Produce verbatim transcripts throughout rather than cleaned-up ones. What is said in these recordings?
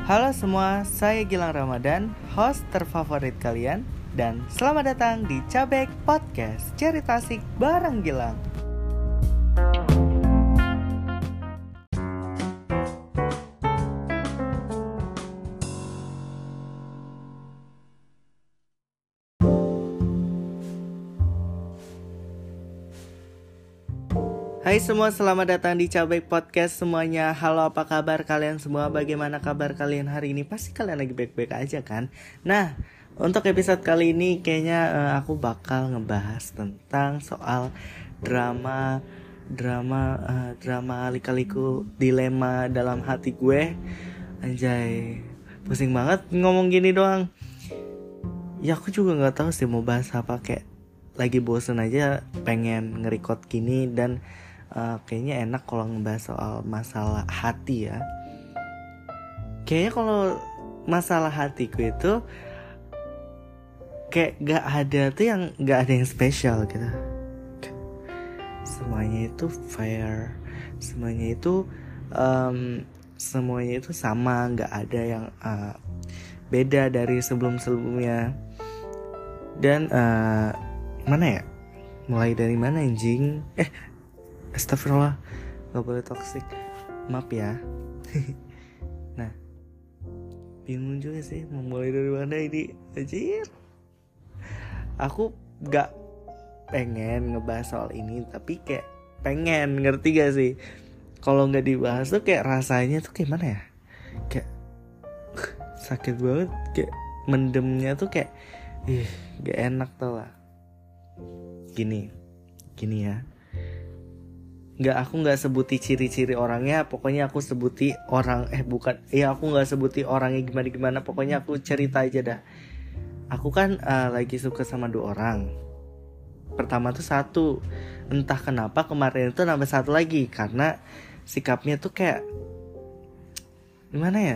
Halo semua, saya Gilang Ramadan, host terfavorit kalian. Dan selamat datang di Cabek Podcast, cerita asik bareng Gilang. Hai semua, selamat datang di Cabek Podcast semuanya. Halo, apa kabar kalian semua? Bagaimana kabar kalian hari ini? Pasti kalian lagi baik-baik aja kan? Nah, untuk episode kali ini kayaknya uh, aku bakal ngebahas tentang soal drama Drama uh, Drama lika-liku dilema dalam hati gue. Anjay, pusing banget ngomong gini doang. Ya aku juga gak tahu sih mau bahas apa. Kayak lagi bosen aja pengen nge-record gini. Dan Uh, kayaknya enak kalau ngebahas soal masalah hati ya. Kayaknya kalau masalah hatiku itu kayak gak ada tuh yang gak ada yang spesial gitu. Semuanya itu fair, semuanya itu um, semuanya itu sama, gak ada yang uh, beda dari sebelum-sebelumnya. Dan uh, mana ya? Mulai dari mana anjing? Eh Astagfirullah, gak boleh toksik. Maaf ya. Nah, bingung juga sih mau mulai dari mana ini. Anjir, aku gak pengen ngebahas soal ini, tapi kayak pengen, ngerti gak sih? Kalau gak dibahas tuh kayak rasanya tuh kayak mana ya? Kayak sakit banget. Kayak mendemnya tuh kayak ih, gak enak tau lah. Gini Gini ya, Nggak, aku nggak sebuti ciri-ciri orangnya. Pokoknya aku sebuti orang Eh bukan, ya aku nggak sebuti orangnya gimana-gimana. Pokoknya aku cerita aja dah. Aku kan uh, lagi suka sama dua orang. Pertama tuh satu. Entah kenapa kemarin itu nambah satu lagi. Karena sikapnya tuh kayak gimana ya,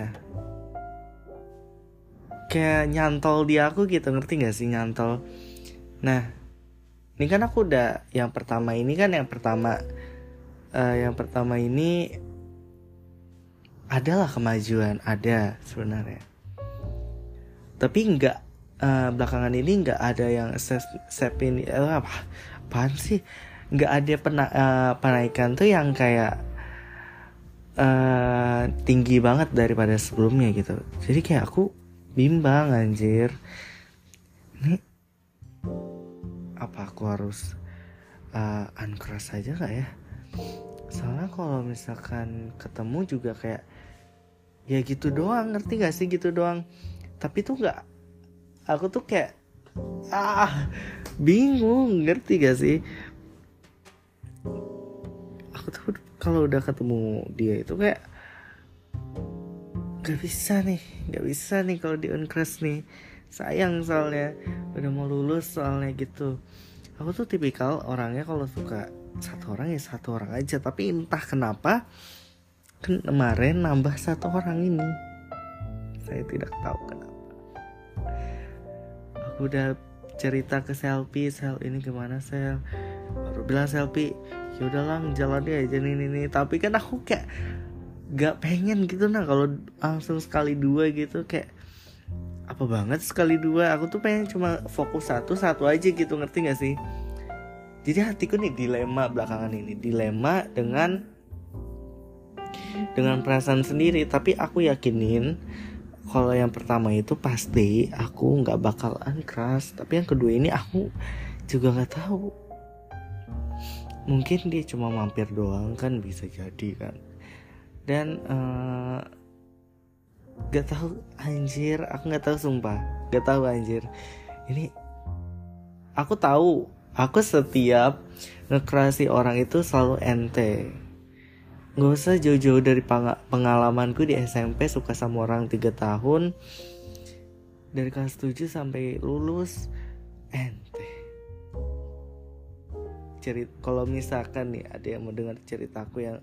kayak nyantol di aku gitu. Ngerti gak sih nyantol? Nah, ini kan aku udah Yang pertama ini kan Yang pertama Uh, yang pertama ini adalah kemajuan, ada sebenarnya. Tapi nggak uh, belakangan ini nggak ada yang sepin uh, apa apaan sih? Nggak ada pena, uh, penaikan tuh yang kayak uh, tinggi banget daripada sebelumnya gitu. Jadi kayak aku bimbang anjir. Ini apa aku harus uh, uncrush aja nggak ya? Soalnya kalau misalkan ketemu juga kayak ya gitu doang, ngerti gak sih, gitu doang. Tapi tuh gak, aku tuh kayak ah bingung, ngerti gak sih? Aku tuh kalau udah ketemu dia itu kayak gak bisa nih, gak bisa nih kalau di uncrush nih. Sayang soalnya udah mau lulus soalnya gitu. Aku tuh tipikal orangnya kalau suka satu orang ya satu orang aja. Tapi entah kenapa kemarin nambah satu orang ini. Saya tidak tahu kenapa. Aku udah cerita ke Selfie, Sel ini gimana Sel? Baru bilang Selfie, yaudah lang jalan dia aja nih, nih, nih. Tapi kan aku kayak gak pengen gitu nah kalau langsung sekali dua gitu. Kayak apa banget sekali dua. Aku tuh pengen cuma fokus satu satu aja gitu, ngerti gak sih? Jadi hatiku nih dilema belakangan ini. Dilema dengan Dengan perasaan sendiri. Tapi aku yakinin kalau yang pertama itu pasti aku gak bakal uncrush. Tapi yang kedua ini aku juga gak tahu. Mungkin dia cuma mampir doang kan, bisa jadi kan. Dan uh, gak tahu anjir. Aku gak tahu sumpah. Gak tahu anjir. Ini aku tahu aku setiap nge-crush orang itu selalu ente. Gak usah jauh-jauh dari pengalamanku di S M P suka sama orang tiga tahun. Dari kelas tujuh sampai lulus ente. Cerit kalau misalkan nih ada yang mau dengar ceritaku yang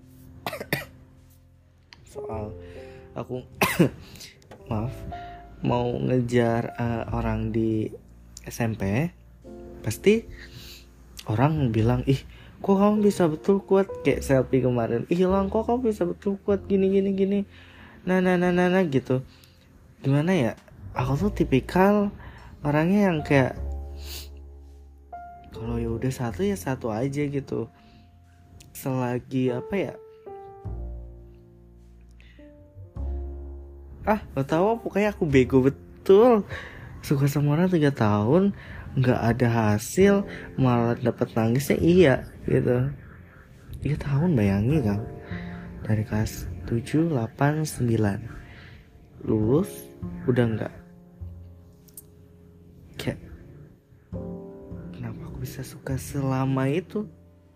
soal aku maaf mau ngejar uh, orang di S M P, pasti orang bilang, ih kok kamu bisa betul kuat kayak Selfie kemarin. Ih Lang, kok kamu bisa betul kuat gini gini gini. nah nah nah nah, nah gitu. Gimana ya, aku tuh tipikal orangnya yang kayak kalau ya udah satu ya satu aja gitu, selagi apa ya, ah gak tahu, pokoknya aku bego betul, suka sama orang tiga tahun nggak ada hasil, malah dapat nangisnya iya gitu. Tiga tahun, bayangin kan, dari kelas tujuh, delapan, sembilan lulus udah nggak. Kayak kenapa aku bisa suka selama itu?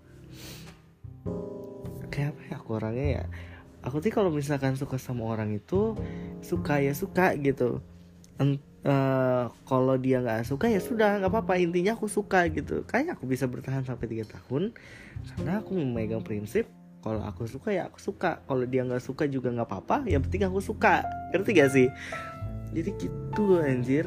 Kayak apa ya, aku orangnya ya, aku sih kalau misalkan suka sama orang itu suka ya suka gitu. Ent, uh, kalau dia nggak suka ya sudah nggak apa-apa, intinya aku suka gitu. Kayak aku bisa bertahan sampai tiga tahun karena aku memegang prinsip kalau aku suka ya aku suka, kalau dia nggak suka juga nggak apa-apa, yang penting aku suka. Ngerti gak sih? Jadi gitu anjir.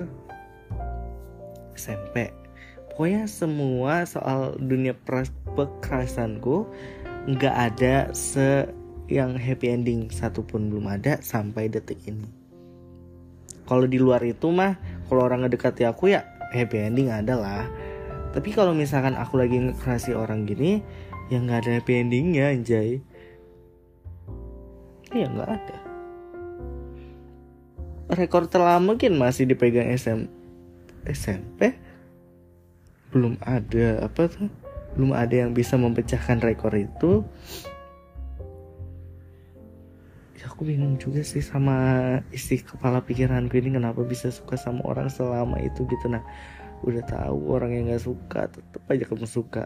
S M P pokoknya semua soal dunia perkerasanku nggak ada se yang happy ending satupun, belum ada sampai detik ini. Kalau di luar itu mah, kalau orang ngedekati aku ya happy ending ada lah. Tapi kalau misalkan aku lagi ngekerasi orang gini, ya nggak ada happy endingnya anjay. Ya nggak ada. Rekor terlama mungkin masih dipegang S M P. Belum ada apa tuh? Belum ada yang bisa memecahkan rekor itu. Ya aku bingung juga sih sama isi kepala pikiranku ini, kenapa bisa suka sama orang selama itu gitu. Nah, udah tahu orang yang nggak suka, tetap aja kamu suka.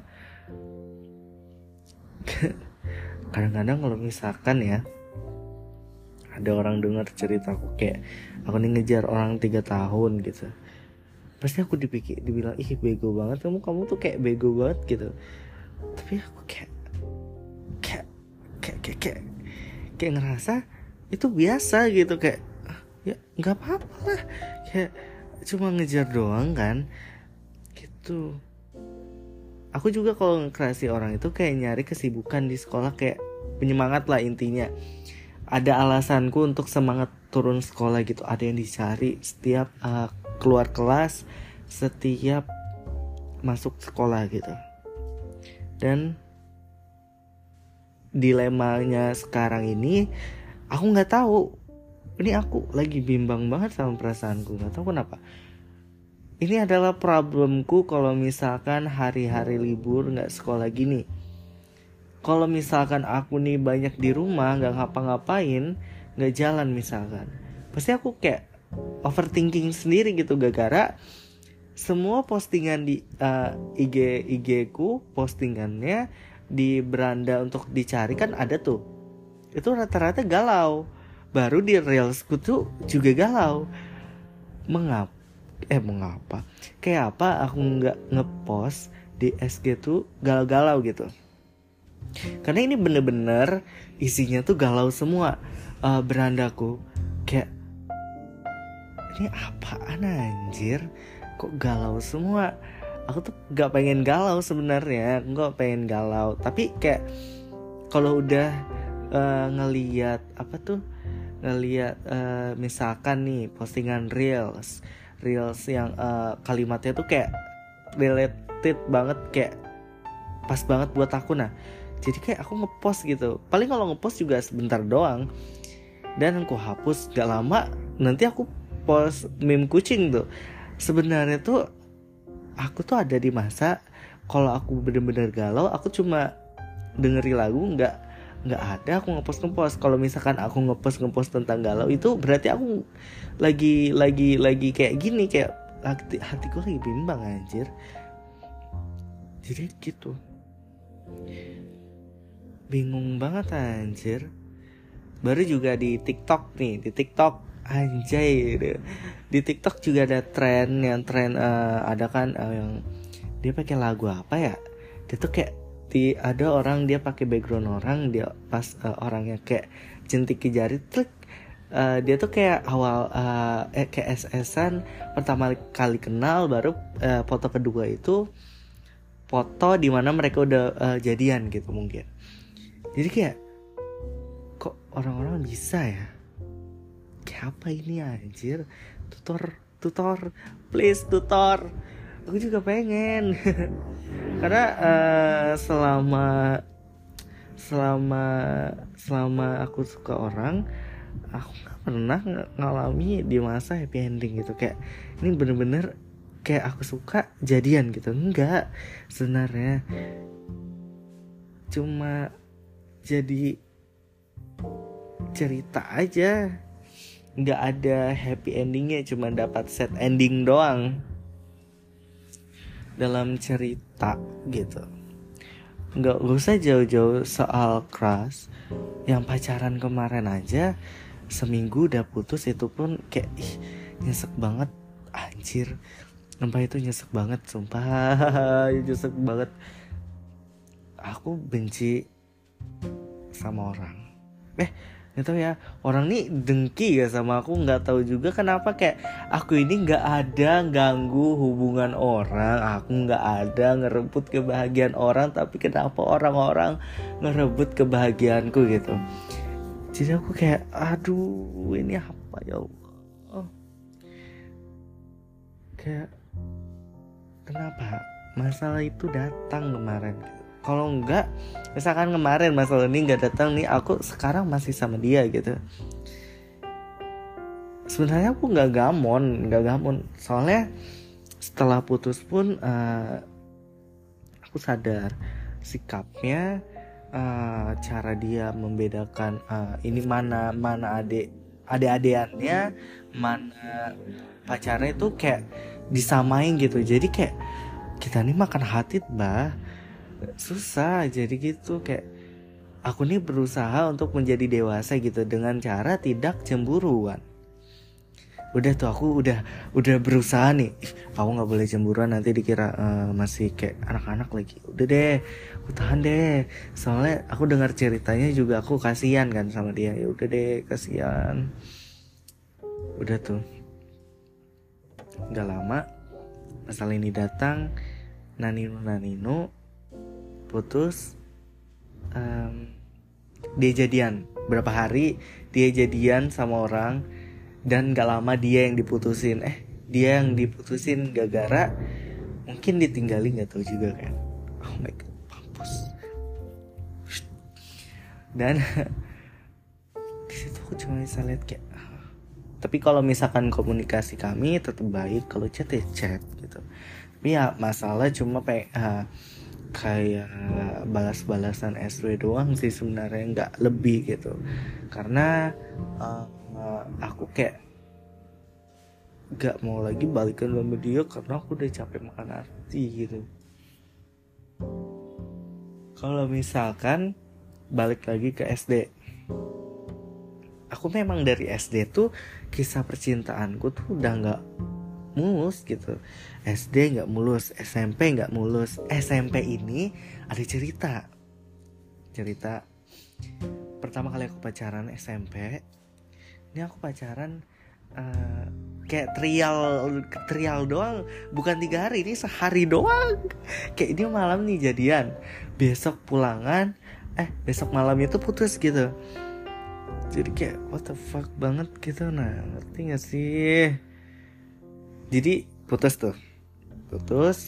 Kadang-kadang kalau misalkan ya ada orang dengar ceritaku kayak aku nih ngejar orang tiga tahun gitu, pasti aku dipikir, dibilang ih bego banget kamu, kamu tuh kayak bego banget gitu. Tapi aku kayak kayak kayak kayak kayak, kayak ngerasa itu biasa gitu, kayak ya nggak apa-apa lah, kayak cuma ngejar doang kan gitu. Aku juga kalau ngekerasi orang itu kayak nyari kesibukan di sekolah, kayak penyemangat lah intinya. Ada alasanku untuk semangat turun sekolah gitu, ada yang dicari setiap uh, keluar kelas, setiap masuk sekolah gitu. Dan dilemanya sekarang ini, aku nggak tahu. Ini aku lagi bimbang banget sama perasaanku, nggak tahu kenapa. Ini adalah problemku kalau misalkan hari-hari libur nggak sekolah gini. Kalau misalkan aku nih banyak di rumah nggak ngapa-ngapain, nggak jalan misalkan, pasti aku kayak overthinking sendiri gitu, gara-gara semua postingan di uh, I G I G ku, postingannya di beranda untuk dicari kan ada tuh, itu rata-rata galau. Baru di reelsku tuh juga galau. Mengapa? Eh mengapa? Kayak apa aku nggak ngepost di S G tuh galau-galau gitu? Karena ini bener-bener isinya tuh galau semua. uh, Berandaku kayak, ini apaan anjir, kok galau semua. Aku tuh gak pengen galau sebenarnya, gak pengen galau. Tapi kayak kalau udah uh, ngeliat apa tuh, ngeliat uh, misalkan nih postingan reels Reels yang uh, kalimatnya tuh kayak related banget, kayak pas banget buat aku. Nah, jadi kayak aku ngepost gitu. Paling kalau ngepost juga sebentar doang, dan aku hapus. Gak lama nanti aku post meme kucing tuh. Sebenarnya tuh aku tuh ada di masa kalau aku bener-bener galau, aku cuma dengerin lagu, nggak nggak ada aku ngepost ngepost. Kalau misalkan aku ngepost ngepost tentang galau, itu berarti aku lagi lagi lagi kayak gini, kayak hati, hatiku lagi bimbang anjir. Jadi gitu, bingung banget anjir. Baru juga di TikTok nih, di TikTok anjay, di TikTok juga ada tren yang tren uh, ada kan uh, yang dia pakai lagu apa ya? Dia tuh kayak di, ada orang dia pakai background orang, dia pas uh, orangnya kayak jentik ke jari, trik. Uh, dia tuh kayak awal uh, eh, kayak S S-an pertama kali kenal, baru uh, foto kedua itu foto di mana mereka udah uh, jadian gitu mungkin. Jadi kayak kok orang-orang bisa ya kayak apa ini anjir, tutor tutor please tutor, aku juga pengen. Karena uh, selama selama selama aku suka orang, aku nggak pernah ng- ngalami di masa happy ending gitu. Kayak ini bener-bener kayak aku suka jadian gitu, enggak, sebenarnya cuma jadi cerita aja, nggak ada happy endingnya, cuma dapat sad ending doang dalam cerita gitu. Nggak usah jauh-jauh soal crush, yang pacaran kemarin aja seminggu udah putus, itu pun kayak ih, nyesek banget anjir. Sumpah itu nyesek banget, sumpah nyesek banget. Aku benci sama orang, eh nggak tahu ya, orang nih dengki ya sama aku, nggak tahu juga kenapa. Kayak aku ini nggak ada ganggu hubungan orang, aku nggak ada ngerebut kebahagiaan orang, tapi kenapa orang-orang ngerebut kebahagiaanku gitu. Jadi aku kayak aduh ini apa ya Allah, kayak kenapa masalah itu datang kemarin gitu. Kalau enggak, misalkan kemarin masalah ini nggak datang nih, aku sekarang masih sama dia gitu. Sebenarnya aku nggak gamon, nggak gamon. Soalnya setelah putus pun uh, aku sadar sikapnya, uh, cara dia membedakan uh, ini mana mana adik adik-adiannya, mana pacarnya itu kayak disamain gitu. Jadi kayak kita nih makan hati bah, susah. Jadi gitu kayak aku nih berusaha untuk menjadi dewasa gitu dengan cara tidak cemburuan. Udah tuh aku udah udah berusaha nih, aku nggak boleh cemburuan, nanti dikira uh, masih kayak anak-anak lagi. Udah deh, aku tahan deh. Soalnya aku dengar ceritanya juga aku kasihan kan sama dia. Ya udah deh, kasihan. Udah tuh, nggak lama masalah ini datang, naninu naninu putus. Um, dia jadian berapa hari, dia jadian sama orang, dan gak lama dia yang diputusin. Eh dia yang diputusin gara-gara mungkin ditinggalin, gak tahu juga kan. Oh my god, mampus. Dan di situ aku cuma bisa lihat kayak, tapi kalau misalkan komunikasi kami tetap baik, kalau chat ya chat gitu. Tapi ya masalah cuma kayak uh, kayak balas-balasan S W doang sih sebenarnya, nggak lebih gitu. Karena uh, aku kayak nggak mau lagi balikan sama dia karena aku udah capek makan hati gitu. Kalau misalkan balik lagi ke S D, aku memang dari S D tuh kisah percintaanku tuh udah nggak mulus gitu. S D nggak mulus, S M P nggak mulus. S M P ini ada cerita. Cerita pertama kali aku pacaran S M P. Ini aku pacaran uh, kayak trial trial doang, bukan tiga hari, ini sehari doang. Kayak ini malam nih jadian, besok pulangan, eh besok malam itu putus gitu. Jadi kayak what the fuck banget gitu. Nah ngerti gak sih? Jadi putus tuh Putus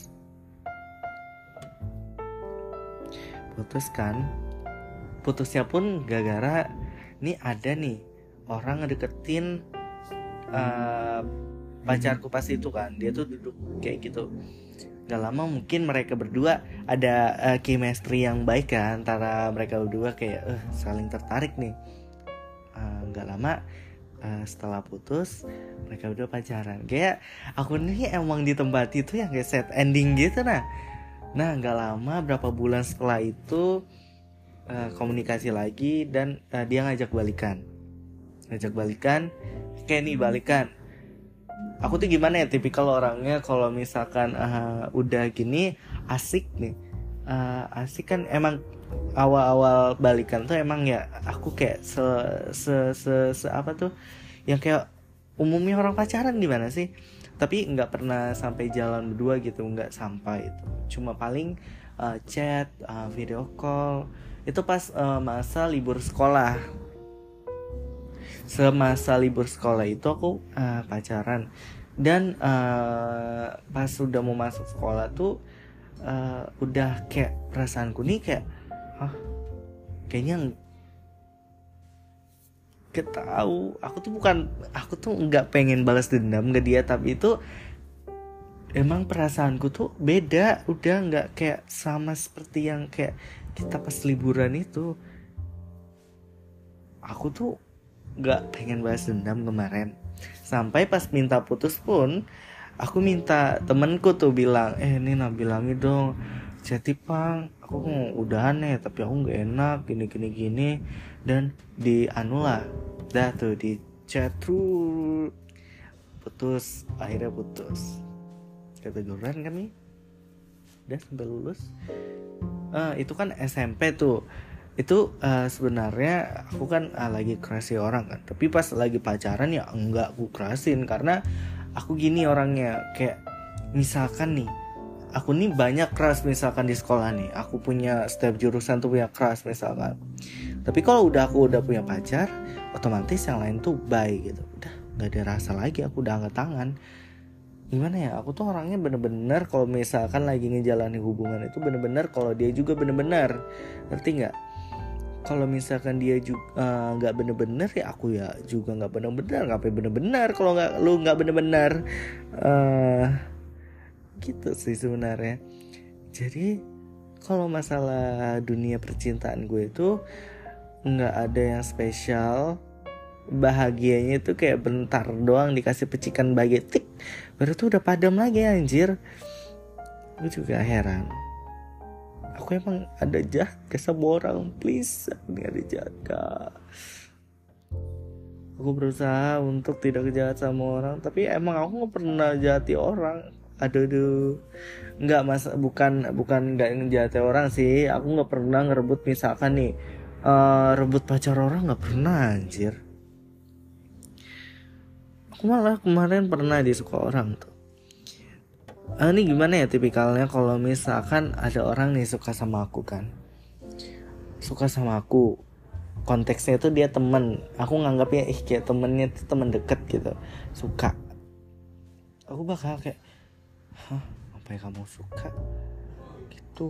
Putus kan. Putusnya pun gara-gara nih ada nih orang ngedeketin uh, pacarku pas itu kan. Dia tuh duduk kayak gitu. Gak lama mungkin mereka berdua ada uh, chemistry yang baik kan antara mereka berdua, kayak uh, saling tertarik nih. uh, Gak lama Uh, setelah putus mereka udah pacaran. Kayak aku nih emang di tempat itu yang kayak sad ending gitu. Nah Nah gak lama, berapa bulan setelah itu uh, komunikasi lagi, dan uh, dia ngajak balikan Ngajak balikan Kayak nih balikan. Aku tuh gimana ya, tipikal orangnya kalau misalkan uh, udah gini asik nih, uh, asik kan emang awal-awal balikan tuh emang ya aku kayak se se se, se apa tuh yang kayak umumnya orang pacaran gimana sih, tapi nggak pernah sampai jalan berdua gitu, nggak sampai itu, cuma paling uh, chat, uh, video call itu pas uh, masa libur sekolah. semasa libur sekolah itu aku uh, pacaran. Dan uh, pas sudah mau masuk sekolah tuh uh, udah kayak perasaanku nih kayak hah, kayaknya gak tahu, aku tuh bukan aku tuh nggak pengen balas dendam ke dia, tapi itu emang perasaanku tuh beda, udah nggak kayak sama seperti yang kayak kita pas liburan itu. Aku tuh nggak pengen balas dendam kemarin, sampai pas minta putus pun aku minta temenku tuh bilang, eh Nina bilangin dong jadi Pang, aku mau udahan nih tapi aku nggak enak gini gini gini, dan di anu lah dah tuh di chat through putus, akhirnya putus. Keteguran kami udah sampai lulus. Uh, itu kan S M P tuh. Itu uh, sebenarnya aku kan uh, lagi crush orang kan, tapi pas lagi pacaran ya enggak aku crushin, karena aku gini orangnya, kayak misalkan nih aku nih banyak crush misalkan di sekolah nih, aku punya setiap jurusan tuh punya crush misalkan, tapi kalau udah aku udah punya pacar otomatis yang lain tuh bye gitu, udah nggak ada rasa lagi, aku udah angkat tangan. Gimana ya, aku tuh orangnya bener-bener kalau misalkan lagi ngejalanin hubungan itu bener-bener kalau dia juga bener-bener, ngerti nggak? Kalau misalkan dia juga nggak uh, bener-bener ya aku ya juga nggak bener-bener. Ngapain bener-bener kalau nggak lu nggak bener-bener, uh, gitu sih sebenarnya. Jadi kalau masalah dunia percintaan gue itu nggak ada yang spesial. Bahagianya itu kayak bentar doang, dikasih pecikan bahagia tik, baru tuh udah padam lagi anjir. Gue juga heran, aku emang ada jahat ke sama orang? Please, aku gak ada jahat kak. Aku berusaha untuk tidak jahat sama orang, tapi emang aku gak pernah jahati orang. Aduh, aduh. Nggak mas, bukan bukan nggak ngejahati orang sih. Aku nggak pernah ngerebut misalkan nih, uh, rebut pacar orang nggak pernah anjir. Aku malah kemarin pernah disuka orang tuh. Ah, ini gimana ya tipikalnya kalau misalkan ada orang nih suka sama aku kan, suka sama aku, konteksnya itu dia temen, aku nganggapnya ih kayak temennya tuh temen deket gitu, suka. Aku bakal kayak, hah, apa yang kamu suka? Gitu.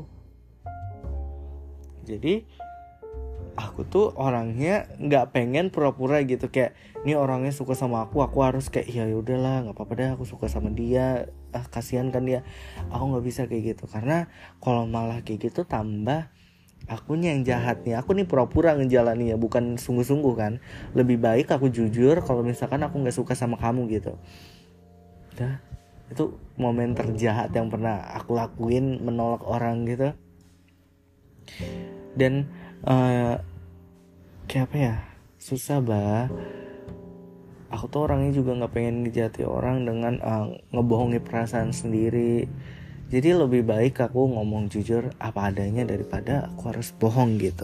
Jadi aku tuh orangnya nggak pengen pura-pura gitu, kayak ini orangnya suka sama aku, aku harus kayak ya udahlah nggak apa-apa deh aku suka sama dia, ah kasihan kan dia. Aku nggak bisa kayak gitu, karena kalau malah kayak gitu tambah akunya yang jahat nih. Aku nih pura-pura ngejalanin ya, bukan sungguh-sungguh kan. Lebih baik aku jujur kalau misalkan aku nggak suka sama kamu gitu. Dah, itu momen terjahat yang pernah aku lakuin, menolak orang gitu. Dan Uh, kayak apa ya, susah bah. Aku tuh orangnya juga nggak pengen dijati orang dengan uh, ngebohongi perasaan sendiri. Jadi lebih baik aku ngomong jujur apa adanya daripada aku harus bohong gitu.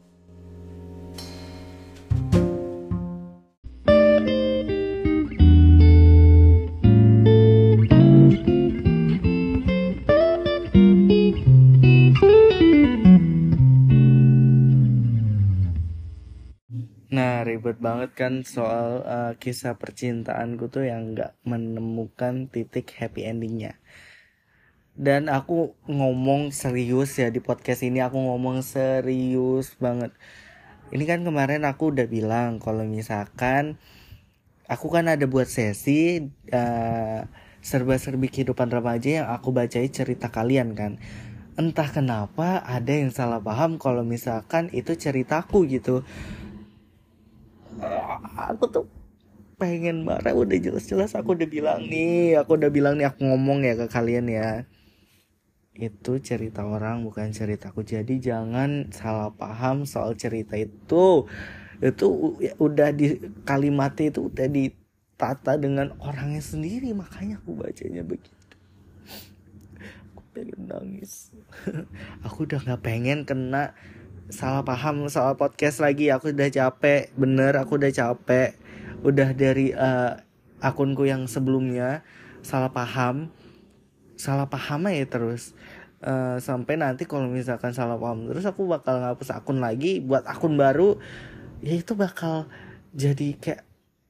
Nah, ribet banget kan soal uh, kisah percintaanku tuh yang gak menemukan titik happy endingnya. Dan aku ngomong serius ya di podcast ini, aku ngomong serius banget. Ini kan kemarin aku udah bilang kalau misalkan aku kan ada buat sesi uh, serba-serbi kehidupan remaja yang aku bacain cerita kalian kan. Entah kenapa ada yang salah paham kalau misalkan itu ceritaku gitu. Aku tuh pengen marah, udah jelas-jelas aku udah bilang nih, aku udah bilang nih, aku ngomong ya ke kalian ya, itu cerita orang bukan ceritaku. Jadi jangan salah paham soal cerita itu. Itu ya, udah di kalimatnya itu udah ditata dengan orangnya sendiri, makanya aku bacanya begitu. Aku pengen nangis. Aku udah nggak pengen kena salah paham soal podcast lagi. Aku udah capek, bener aku udah capek. Udah dari uh, akunku yang sebelumnya salah paham, salah paham aja terus. Uh, sampai nanti kalau misalkan salah paham terus aku bakal ngapus akun lagi, buat akun baru. Ya itu bakal jadi kayak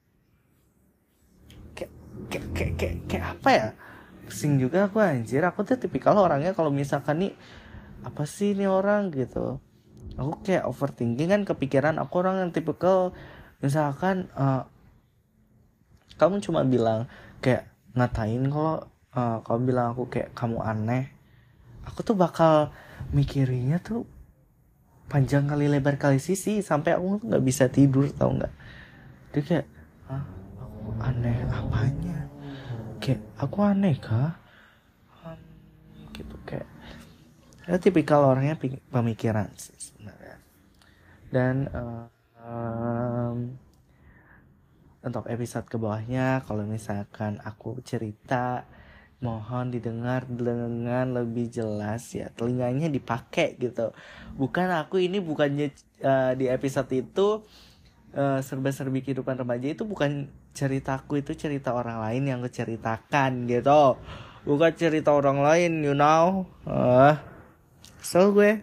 kayak kayak kayak, kayak, kayak apa ya, pusing juga aku anjir. Aku tuh tipikal orangnya kalau misalkan nih apa sih ini orang gitu, aku kayak overthinking kan, kepikiran. Aku orang yang tipikal misalkan uh, kamu cuma bilang kayak ngatain, kalau uh, kamu bilang aku kayak kamu aneh, aku tuh bakal mikirinnya tuh panjang kali lebar kali sisi sampai aku nggak bisa tidur, tau nggak? Dia kayak, ah, aku aneh apanya? Kayak aku aneh kah? Hmm, gitu kayak. Ya, tipikal orangnya pemikiran sih sebenarnya. Dan uh, um, untuk episode ke bawahnya, kalau misalkan aku cerita, mohon didengar dengan lebih jelas ya, telinganya dipakai gitu. Bukan aku ini bukannya uh, di episode itu uh, serba-serbi kehidupan remaja itu bukan ceritaku, itu cerita orang lain yang keceritakan gitu. Bukan cerita orang lain, you know. Uh, so gue.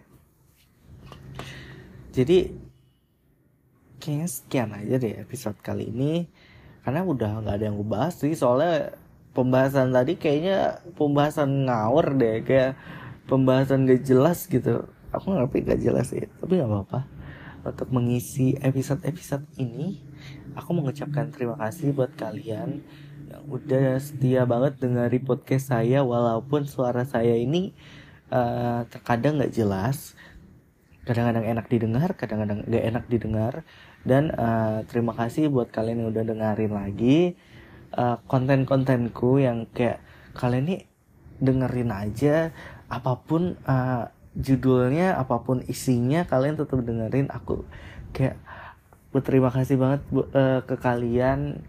Jadi kayaknya sekian aja deh episode kali ini, karena udah nggak ada yang gue bahas sih, soalnya pembahasan tadi kayaknya pembahasan ngawur deh, kayak pembahasan gak jelas gitu. Aku ngerti gak jelas sih, tapi nggak apa-apa. Untuk mengisi episode-episode ini, aku mengucapkan terima kasih buat kalian yang udah setia banget dengerin podcast saya, walaupun suara saya ini uh, terkadang nggak jelas, kadang-kadang enak didengar, kadang-kadang gak enak didengar. Dan uh, terima kasih buat kalian yang udah dengerin lagi uh, konten-kontenku yang kayak kalian nih dengerin aja, apapun uh, judulnya, apapun isinya, kalian tetap dengerin aku. Kayak berterima kasih banget bu, uh, ke kalian.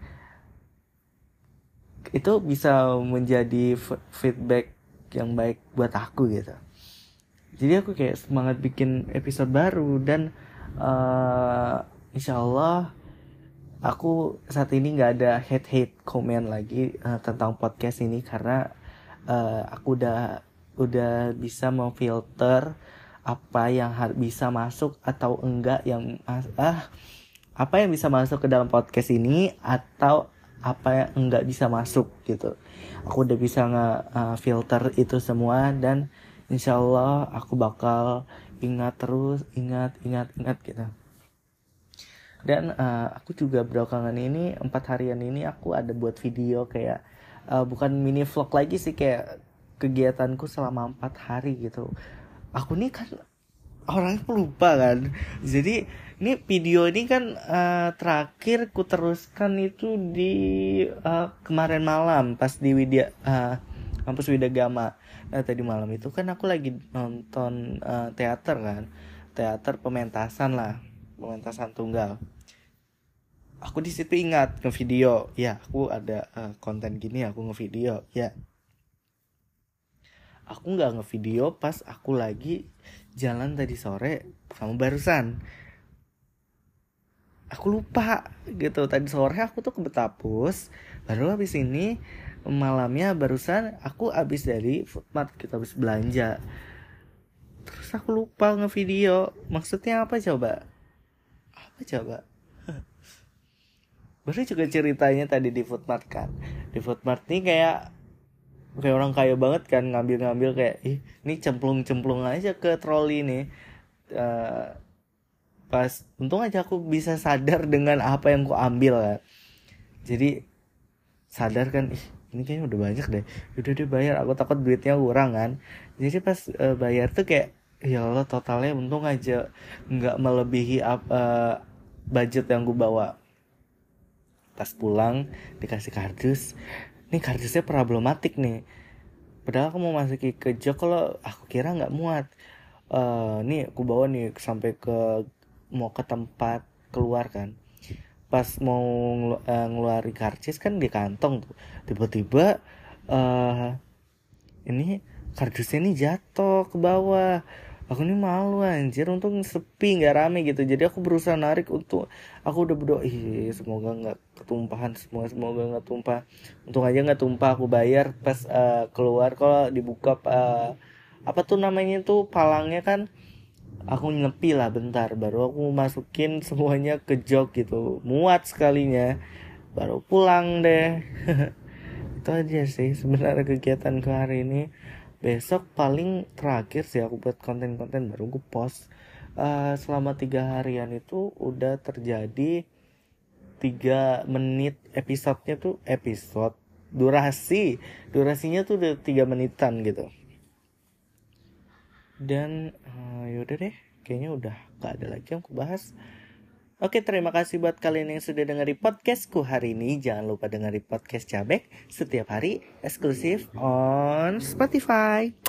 Itu bisa menjadi f- feedback yang baik buat aku gitu. Jadi aku kayak semangat bikin episode baru. Dan uh, insya Allah aku saat ini gak ada hate-hate komen lagi uh, tentang podcast ini, karena uh, aku udah udah bisa memfilter apa yang har- bisa masuk atau enggak, yang ah apa yang bisa masuk ke dalam podcast ini atau apa yang enggak bisa masuk gitu. Aku udah bisa nge-filter itu semua, dan insya Allah aku bakal ingat terus, ingat, ingat, ingat gitu. Dan uh, aku juga belakangan ini, empat harian ini aku ada buat video kayak uh, bukan mini vlog lagi sih, kayak kegiatanku selama empat hari gitu. Aku nih kan orangnya pelupa kan, jadi ini video ini kan uh, terakhir ku teruskan itu di uh, kemarin malam pas di Widya uh, kampus Widagama. Nah tadi malam itu kan aku lagi nonton uh, teater kan, teater pementasan lah, pementasan tunggal. Aku di situ ingat ngevideo, ya aku ada uh, konten gini, aku ngevideo ya. Aku nggak ngevideo pas aku lagi jalan tadi sore sama barusan. Aku lupa gitu, tadi sore aku tuh ke Betapus, baru habis ini malamnya barusan aku habis dari Foodmart, kita habis belanja. Terus aku lupa ngevideo. Maksudnya apa coba? Apa coba? Baru juga ceritanya tadi di Foodmart kan. Di Foodmart nih kayak kayak orang kaya banget kan, ngambil-ngambil kayak ih ini cemplung-cemplung aja ke troli nih. Uh, pas untung aja aku bisa sadar dengan apa yang ku ambil kan. Jadi sadar kan, ih ini kayaknya udah banyak deh, udah deh bayar, aku takut duitnya kurang kan. Jadi pas uh, bayar tuh kayak ya Allah, totalnya untung aja nggak melebihi uh, budget yang gue bawa. Pas pulang dikasih kardus, nih kardusnya problematik nih, padahal aku mau masukin ke jok, kalau aku kira nggak muat. Uh, nih aku bawa nih sampai ke mau ke tempat keluar kan, pas mau ngelu- uh, ngeluarin karcis kan di kantong tuh, tiba-tiba uh, ini kardusnya nih jatuh ke bawah. Aku nih malu anjir, untung sepi nggak rame gitu. Jadi aku berusaha narik, untuk aku udah berdoa ih semoga nggak ketumpahan, semua semoga nggak tumpah. Untung aja nggak tumpah. Aku bayar pas uh, keluar, kalau dibuka uh, apa tuh namanya tuh palangnya kan aku nyepi lah bentar, baru aku masukin semuanya ke jok gitu, muat sekalinya, baru pulang deh. Itu aja sih sebenarnya kegiatanku hari ini. Besok paling terakhir sih aku buat konten-konten baru gue post. Uh, selama tiga harian itu udah terjadi tiga menit episodenya tuh episode durasi durasinya tuh udah tiga menitan gitu. Dan uh, yaudah deh, kayaknya udah gak ada lagi yang aku bahas. Oke, terima kasih buat kalian yang sudah dengerin podcastku hari ini. Jangan lupa dengerin podcast Cabek setiap hari eksklusif on Spotify.